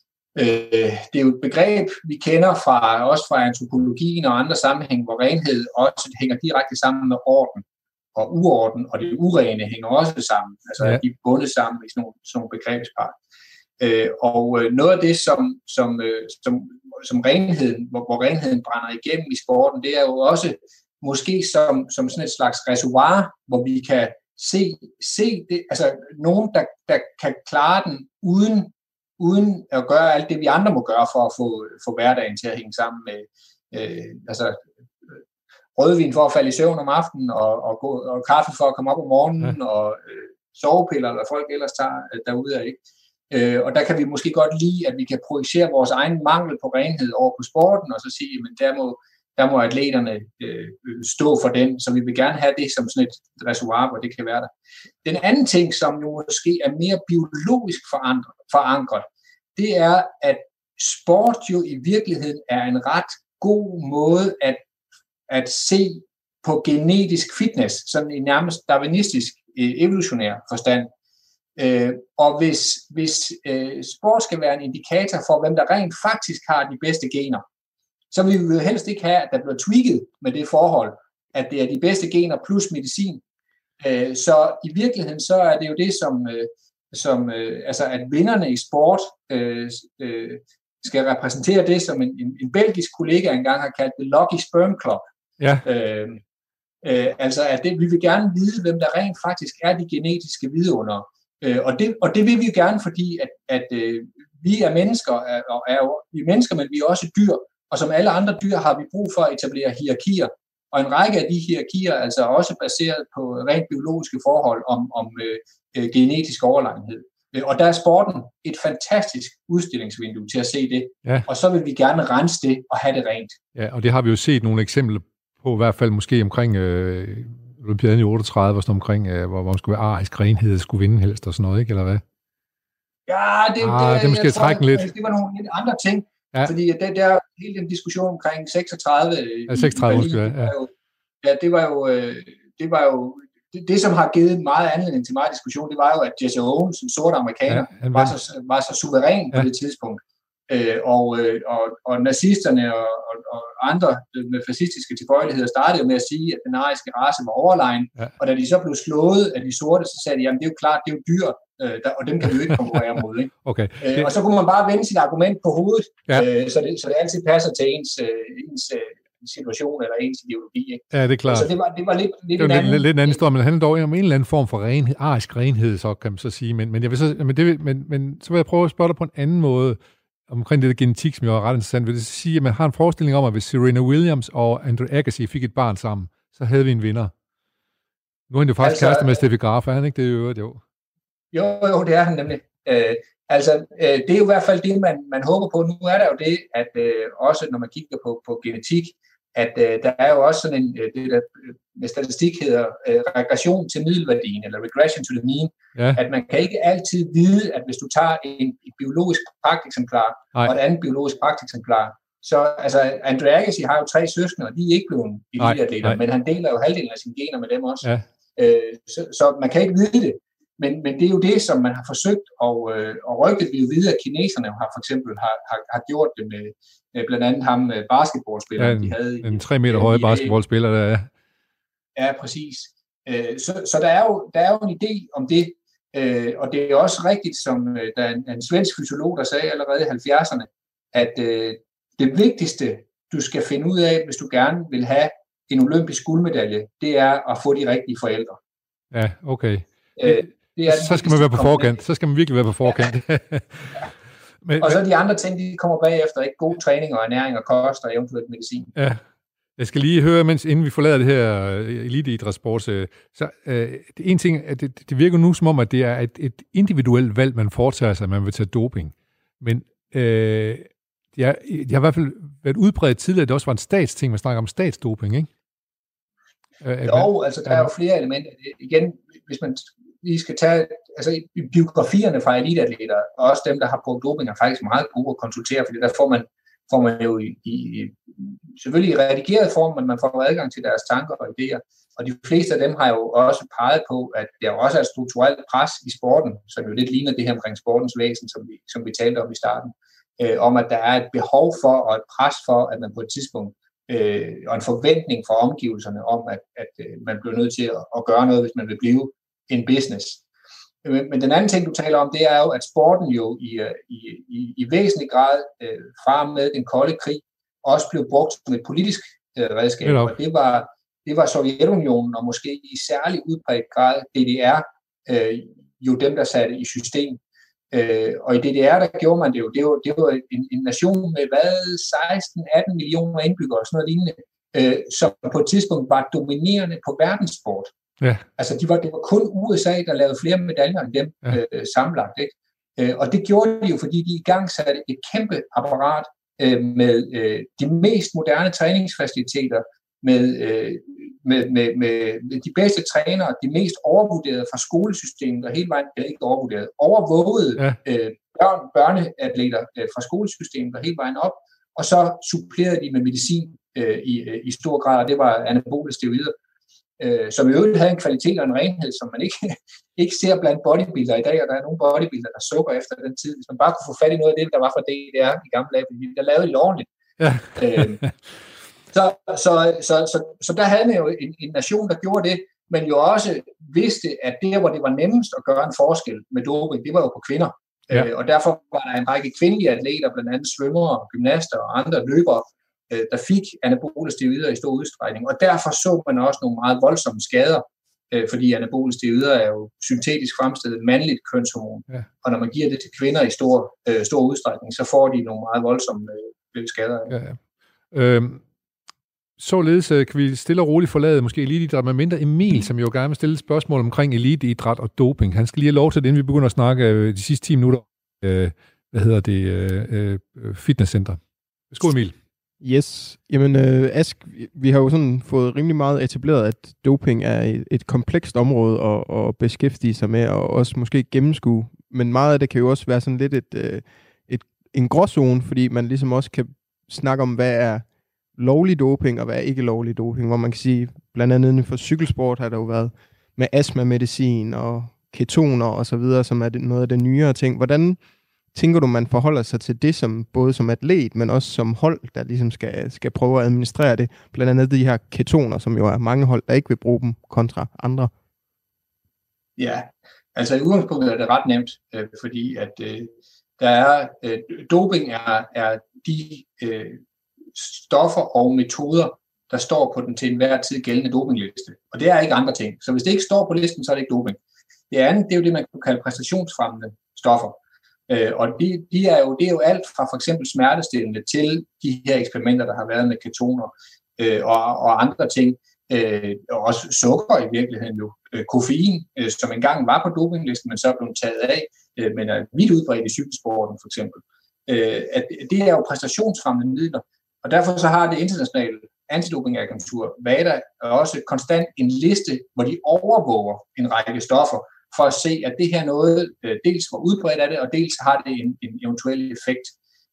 er jo et begreb, vi kender også fra antropologien og andre sammenhæng, hvor renhed også hænger direkte sammen med orden og uorden, og det urene hænger også sammen, altså de er bundet sammen i sådan nogle begrebspar. Og noget af det, som renheden, hvor renheden brænder igennem i sporten, det er jo også måske som sådan et slags reservoir, hvor vi kan se det, altså nogen, der kan klare den uden at gøre alt det, vi andre må gøre for at få hverdagen til at hænge sammen med rødvin for at falde i søvn om aftenen, og kaffe for at komme op om morgenen, og sovepiller, eller folk ellers tager derude af, ikke? Og der kan vi måske godt lide, at vi kan projicere vores egen mangel på renhed over på sporten, og så sige, at der må atleterne stå for den, så vi vil gerne have det som sådan et reservoir, hvor det kan være der. Den anden ting, som jo måske er mere biologisk forankret, det er, at sport jo i virkeligheden er en ret god måde at se på genetisk fitness, sådan i nærmest darwinistisk evolutionær forstand. Og hvis sport skal være en indikator for, hvem der rent faktisk har de bedste gener, så vil vi jo helst ikke have, at der bliver tweaked med det forhold, at det er de bedste gener plus medicin. Så i virkeligheden, så er det jo det, altså at vinderne i sport skal repræsentere det, som en belgisk kollega engang har kaldt The Lucky Sperm Club. Ja. Altså at vi vil gerne vide, hvem der rent faktisk er de genetiske vidundere. Og det vil vi jo gerne, fordi at vi er mennesker, vi er mennesker, men vi er også dyr, og som alle andre dyr har vi brug for at etablere hierarkier. Og en række af de hierarkier er altså også baseret på rent biologiske forhold om genetisk overlegenhed. Og der er sporten et fantastisk udstillingsvindue til at se det. Ja. Og så vil vi gerne rense det og have det rent. Ja, og det har vi jo set nogle eksempler på, i hvert fald måske omkring Olympiaden i 38, og sådan omkring, hvor man skulle være arisk renhed, skulle vinde helst og sådan noget, ikke? Eller hvad? Ja, det måske trække lidt. Det var nogle lidt andre ting. Ja. Fordi der hele den diskussion omkring 36 ja, 36 Berlin, det var jo det, som har givet meget anledning til meget diskussion, det var jo, at Jesse Owens, en sort amerikaner, var så suveræn på det tidspunkt. Og nazisterne og andre med fascistiske tilbøjeligheder startede med at sige, at den ariske race var overlegen, og da de så blev slået af de sorte, så sagde de, jamen det er jo klart, det er jo dyr, og dem kan vi jo ikke konkurrere mod. Ikke? Okay. Og så kunne man bare vende sit argument på hovedet, så det altid passer til ens situation eller ens ideologi. Ikke? Ja, det er klart. Så det var lidt en anden historie, men det handler dog om en eller anden form for renhed, arisk renhed, så kan man så sige. Men så vil jeg prøve at spørge dig på en anden måde, omkring det der genetik, som jo er ret interessant. Vil det sige, at man har en forestilling om, at hvis Serena Williams og Andre Agassi fik et barn sammen, så havde vi en vinder. Nu er han jo faktisk kæreste med Steffi Graf, er han ikke det i øvrigt, jo? Jo, det er han nemlig. Det er jo i hvert fald det, man håber på. Nu er der jo det, at også når man kigger på genetik, at der er jo også sådan det der med statistik hedder regression til middelværdien, eller regression to the mean, at man kan ikke altid vide, at hvis du tager et biologisk pragteksemplar og et andet biologisk pragteksemplar, så altså Andre Agassi har jo 3 søskende, og de er ikke blevet eliteatleter, men han deler jo halvdelen af sine gener med dem også. Ja. Så man kan ikke vide det. Men det er jo det, som man har forsøgt, og rygtet vil jo vide, at kineserne har for eksempel har gjort det med blandt andet ham basketballspilleren, de havde. En 3 meter høje basketballspiller, der er. Ja, præcis. Så der er jo en idé om det, og det er også rigtigt, som der er en svensk fysiolog, der sagde allerede i 70'erne, at det vigtigste, du skal finde ud af, hvis du gerne vil have en olympisk guldmedalje, det er at få de rigtige forældre. Ja, okay. Så skal man være på forkant. Så skal man virkelig være på forkant. Og så de andre ting, de kommer bagefter, ikke? God træning og ernæring og kost og eventuelt medicin. Ja. Jeg skal lige høre, inden vi forlader det her eliteidrætssport, så en ting, at det virker nu som om, at det er et individuelt valg, man foretager sig, at man vil tage doping. Men det har i hvert fald været udbredt tidligere, at det også var en statsting, man snakker om statsdoping, ikke? Altså der er jo flere elementer. Igen, hvis man lige skal tage, altså biografierne fra eliteatleter, og også dem, der har brugt doping, er faktisk meget gode at konsultere, fordi der får man jo selvfølgelig i redigeret form, men man får adgang til deres tanker og idéer. Og de fleste af dem har jo også peget på, at der også er et strukturelt pres i sporten, som jo lidt ligner det her omkring sportens væsen, som vi talte om i starten, om at der er et behov for og et pres for, at man på et tidspunkt og en forventning fra omgivelserne om, at man bliver nødt til at gøre noget, hvis man vil blive en business. Men den anden ting, du taler om, det er jo, at sporten jo i væsentlig grad fra med den kolde krig også blev brugt som et politisk redskab. Og det var Sovjetunionen, og måske i særlig udbredt grad DDR, jo dem, der satte i system. Og i DDR, der gjorde man det jo. Det var en nation med 16-18 millioner indbyggere og sådan noget lignende, som på et tidspunkt var dominerende på verdenssport. Ja. Altså det var kun USA, der lavede flere medaljer end dem sammenlagt. Ikke? Og det gjorde de jo, fordi de i gang satte et kæmpe apparat med de mest moderne træningsfaciliteter, med de bedste trænere, de mest overvurderede fra skolesystemet, og hele vejen ikke overvurderet, overvågede børneatleter fra skolesystemet og hele vejen op, og så supplerede de med medicin i stor grad, og det var anabole steroider, som i øvrigt havde en kvalitet og en renhed, som man ikke ser blandt bodybuildere i dag, og der er nogle bodybuildere, der sukker efter den tid. Hvis man bare kunne få fat i noget af det, der var fra DDR i gamle dage, fordi der lavede de ordentligt. Ja. Så der havde man jo en nation, der gjorde det, men jo også vidste, at der, hvor det var nemmest at gøre en forskel med doping, det var jo på kvinder. Ja. Og derfor var der en række kvindelige atleter, blandt andet svømmere, gymnaster og andre løbere, der fik anabole steroider i stor udstrækning. Og derfor så man også nogle meget voldsomme skader, fordi anabole steroider er jo syntetisk fremstillet mandligt kønshormon. Ja. Og når man giver det til kvinder i stor udstrækning, så får de nogle meget voldsomme skader. Ja. Således kan vi stille og roligt forlade måske eliteidræt med mindre Emil, som jo gerne vil stille et spørgsmål omkring eliteidræt og doping. Han skal lige have lov til det, inden vi begynder at snakke de sidste 10 minutter. Fitnesscenter. Værsgo, Emil. Yes. Jamen, Ask, vi har jo sådan fået rimelig meget etableret, at doping er et komplekst område at beskæftige sig med, og også måske gennemskue. Men meget af det kan jo også være sådan lidt en gråzone, fordi man ligesom også kan snakke om, hvad er lovlig doping, og hvad er ikke lovlig doping, hvor man kan sige, blandt andet inden for cykelsport har der jo været med astmamedicin og ketoner og så videre, som er noget af det nyere ting. Hvordan tænker du, man forholder sig til det, som både som atlet, men også som hold, der ligesom skal prøve at administrere det, blandt andet de her ketoner, som jo er mange hold, der ikke vil bruge dem kontra andre? Ja, altså i udgangspunktet er det ret nemt, fordi at der er doping er de stoffer og metoder, der står på den til enhver tid gældende dopingliste. Og det er ikke andre ting. Så hvis det ikke står på listen, så er det ikke doping. Det andet, det er jo det, man kan kalde præstationsfremmende stoffer. Og det er jo alt fra for eksempel smertestillende til de her eksperimenter, der har været med ketoner og andre ting. Og også sukker i virkeligheden jo. Koffein, som engang var på dopinglisten, men så er blevet taget af, men er vidt udbredt i cykelsporten for eksempel. At det er jo præstationsfremmende midler. Og derfor så har det internationale antidopingagentur WADA også konstant en liste, hvor de overvåger en række stoffer, for at se, at det her noget dels var udbredt af det, og dels har det en eventuel effekt.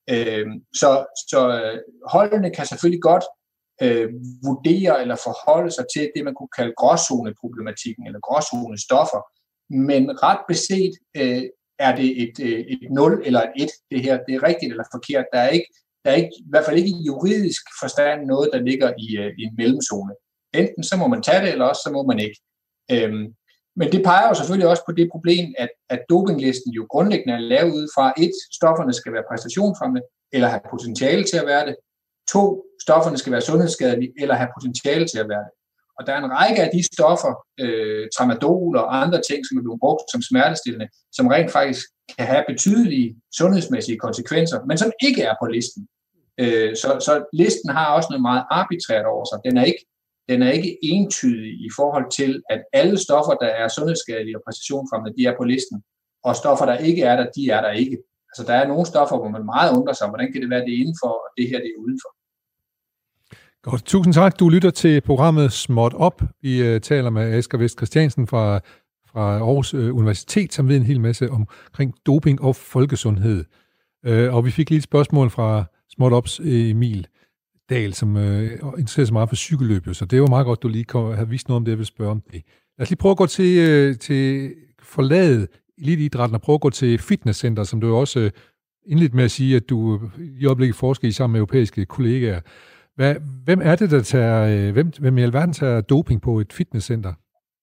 Så holdene kan selvfølgelig godt vurdere eller forholde sig til det, man kunne kalde gråzoneproblematikken, eller gråzonestoffer, men ret beset er det et 0 eller et 1, det her, det er rigtigt eller forkert. Der er ikke, i hvert fald ikke i juridisk forstand noget, der ligger i en mellemzone. Enten så må man tage det, eller også så må man ikke. Men det peger jo selvfølgelig også på det problem, at dopinglisten jo grundlæggende er lavet ud fra 1, stofferne skal være præstationsfremmende, eller have potentiale til at være det. 2, stofferne skal være sundhedsskadelige, eller have potentiale til at være det. Og der er en række af de stoffer, tramadol og andre ting, som er blevet brugt som smertestillende, som rent faktisk kan have betydelige sundhedsmæssige konsekvenser, men som ikke er på listen. Så listen har også noget meget arbitrært over sig. Den er ikke entydig i forhold til, at alle stoffer, der er sundhedsskadelige og præstationsfremmende, de er på listen, og stoffer, der ikke er der, de er der ikke. Altså der er nogle stoffer, hvor man meget undrer sig, hvordan kan det være, det er indenfor, og det her det er udenfor. Godt. Tusind tak. Du lytter til programmet Småt Op. Vi taler med Asger Vest Christiansen fra Aarhus Universitet, som ved en hel masse omkring doping og folkesundhed. Og vi fik lige et spørgsmål fra Småt Ops Emil Dahl, som interesserer sig meget for cykelløb. Så det var meget godt, du lige har vist noget om det, jeg vil spørge om det. Lad os lige prøve at gå til forlade eliteidrætten og prøve at gå til fitnesscenter, som du jo også indledt med at sige, at du i øjeblikket forsker i sammen med europæiske kollegaer. Hvem er det, der tager, hvem i alverden tager doping på et fitnesscenter?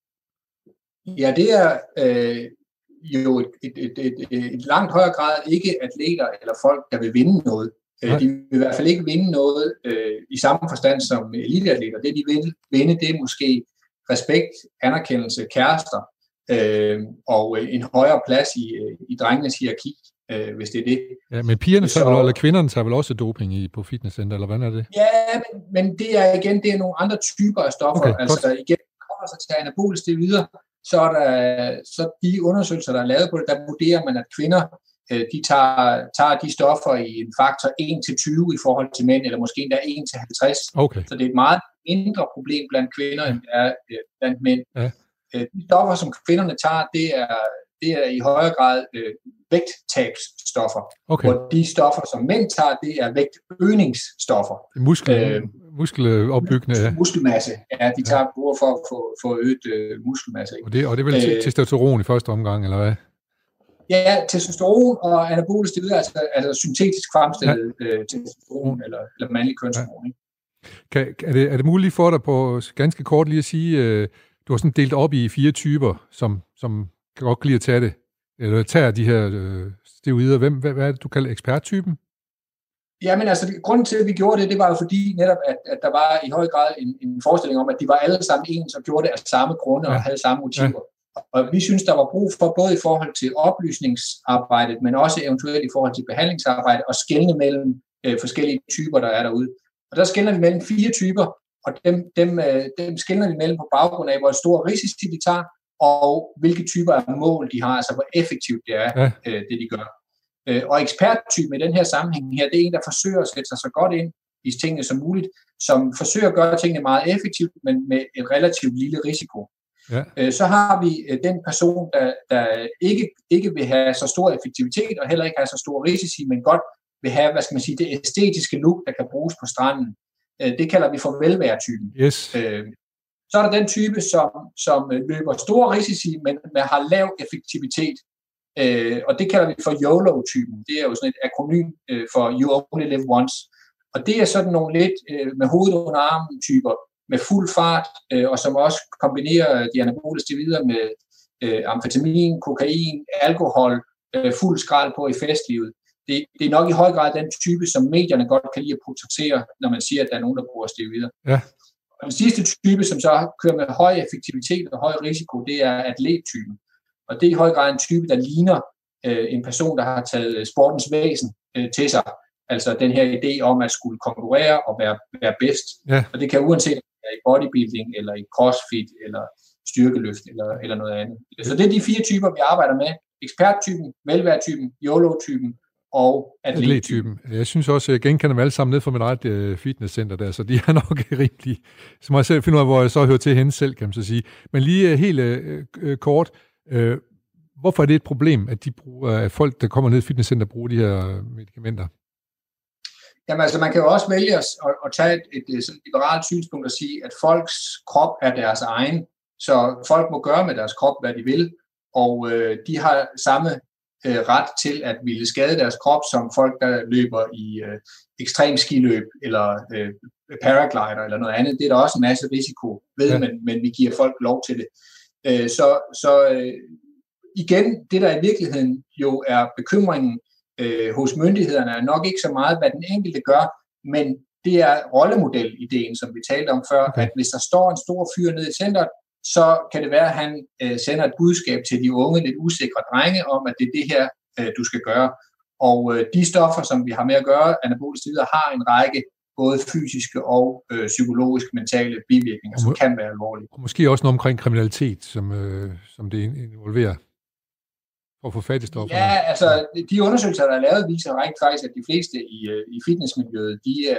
Ja, det er jo et langt højere grad ikke atleter eller folk, der vil vinde noget. De vil i hvert fald ikke vinde noget i samme forstand som eliteatleter. Det, de vil vinde, det er måske respekt, anerkendelse, kærester og en højere plads i drengenes hierarki. Hvis det er det. Ja, men pigerne eller kvinderne tager vel også doping på fitnesscenter, eller hvad er det? Ja, men det er nogle andre typer af stoffer. Okay, altså igen, kommer sig til anabole steroider, så de undersøgelser, der er lavet på det, der vurderer man, at kvinder de tager de stoffer i en faktor 1-20 i forhold til mænd, eller måske endda 1-50. Okay. Så det er et meget mindre problem blandt kvinder, end det er blandt mænd. Ja. De stoffer, som kvinderne tager, det er i højere grad vægttabsstoffer. Okay. Og de stoffer, som mænd tager, det er vægtøgningsstoffer. Muskelopbyggende. Muskelmasse, ja, de tager bruger for at få øget muskelmasse. Og det er vel testosteron i første omgang, eller hvad? Ja, testosteron og anabole steroider, altså syntetisk fremstillet testosteron eller mandlig kønshormon. Er det muligt for dig på ganske kort lige at sige, du har sådan delt op i 4 typer, som kan godt lide at tage det, eller tager de her steroider. Hvad er det, du kalder eksperttypen? Jamen altså, grunden til, at vi gjorde det var jo fordi netop, at der var i høj grad en forestilling om, at de var alle sammen ens og gjorde det af samme grunde og havde samme motiver. Ja. Og vi synes, der var brug for både i forhold til oplysningsarbejdet, men også eventuelt i forhold til behandlingsarbejdet, og skelne mellem forskellige typer, der er derude. Og der skelner vi mellem 4 typer, og dem skelner vi mellem på baggrund af, hvor stor risici de tager, og hvilke typer af mål de har, altså hvor effektivt det er, det de gør. Og eksperttypen i den her sammenhæng her, det er en, der forsøger at sætte sig så godt ind i tingene som muligt, som forsøger at gøre tingene meget effektivt, men med en relativt lille risiko. Ja. Så har vi den person, der ikke vil have så stor effektivitet, og heller ikke have så stor risici, men godt vil have, hvad skal man sige, det æstetiske look, der kan bruges på stranden. Det kalder vi for velværetypen. Yes. Så er der den type, som løber store risici, men har lav effektivitet. Og det kalder vi for YOLO-typen. Det er jo sådan et akronym for You Only Live Once. Og det er sådan nogle lidt med hovedet under armen typer, med fuld fart, og som også kombinerer de anabole steroider med amfetamin, kokain, alkohol, fuld skrald på i festlivet. Det er nok i høj grad den type, som medierne godt kan lide at portrættere, når man siger, at der er nogen, der bruger steroider. Ja. Og den sidste type, som så kører med høj effektivitet og høj risiko, det er atlettypen. Og det er i høj grad en type, der ligner en person, der har taget sportens væsen til sig. Altså den her idé om at skulle konkurrere og være bedst. Ja. Og det kan uanset om det er i bodybuilding, eller i crossfit, eller styrkeløft, eller noget andet. Så det er de 4 typer, vi arbejder med. Eksperttypen, velværetypen, YOLO-typen og atlettypen. Jeg synes også, at jeg genkender dem alle sammen ned fra mit eget fitnesscenter der, så de er nok rimelig. Så må jeg selv finde ud af, hvor jeg så hører til hende selv, kan man så sige. Men lige helt kort, hvorfor er det et problem, at folk, der kommer ned i fitnesscenter, bruger de her medicamenter? Jamen altså, man kan jo også vælge at tage et sådan liberalt synspunkt og sige, at folks krop er deres egen, så folk må gøre med deres krop, hvad de vil, og de har samme ret til at ville skade deres krop, som folk, der løber i ekstrem skiløb, eller paraglider, eller noget andet. Det er der også en masse risiko ved, men vi giver folk lov til det. Så igen, det der i virkeligheden jo er bekymringen hos myndighederne, er nok ikke så meget, hvad den enkelte gør, men det er rollemodelideen, som vi talte om før, at hvis der står en stor fyr nede i centret, så kan det være, at han sender et budskab til de unge, lidt usikre drenge, om at det er det her, du skal gøre. Og de stoffer, som vi har med at gøre, anabole steroider, har en række både fysiske og psykologiske, mentale bivirkninger, som kan være alvorlige. Og måske også noget omkring kriminalitet, som det involverer. For at få fat i stofferne. Ja, altså de undersøgelser, der er lavet, viser rent faktisk, at de fleste i fitnessmiljøet,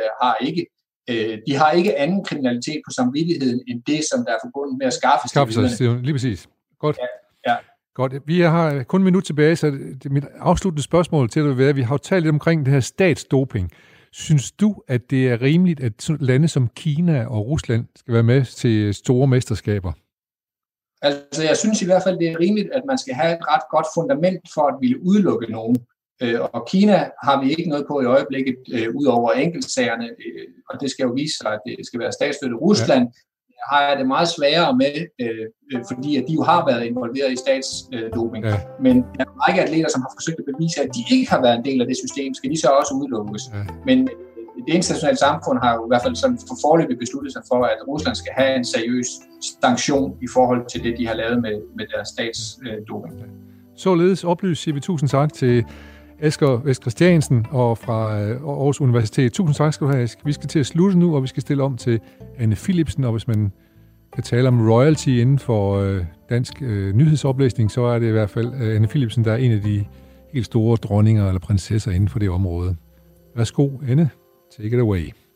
de har ikke anden kriminalitet på samvittigheden, end det, som der er forbundet med at skaffe sig. Lige præcis. Godt. Ja. Godt. Vi har kun en minut tilbage, så mit afsluttende spørgsmål til dig vil være, vi har jo talt lidt omkring det her statsdoping. Synes du, at det er rimeligt, at lande som Kina og Rusland skal være med til store mesterskaber? Altså, jeg synes i hvert fald, det er rimeligt, at man skal have et ret godt fundament for at ville udelukke nogen. Og Kina har vi ikke noget på i øjeblikket, ud over enkeltsagerne, og det skal jo vise sig, at det skal være statsstøttet. Rusland har jeg det meget sværere med, fordi at de jo har været involveret i statsdoping. Men der er en række atleter, som har forsøgt at bevise, at de ikke har været en del af det system, skal de så også udelukkes. Men det internationale samfund har jo i hvert fald sådan for foreløbig besluttet sig for, at Rusland skal have en seriøs sanktion i forhold til det, de har lavet med deres statsdoping. Således oplyst siger vi tusind tak til Asger Vest Christiansen og fra Aarhus Universitet. Tusind tak skal du have, Asger. Vi skal til at slutte nu, og vi skal stille om til Anne Philipsen, og hvis man kan tale om royalty inden for dansk nyhedsoplæsning, så er det i hvert fald Anne Philipsen, der er en af de helt store dronninger eller prinsesser inden for det område. Værsgo, Anne. Take it away.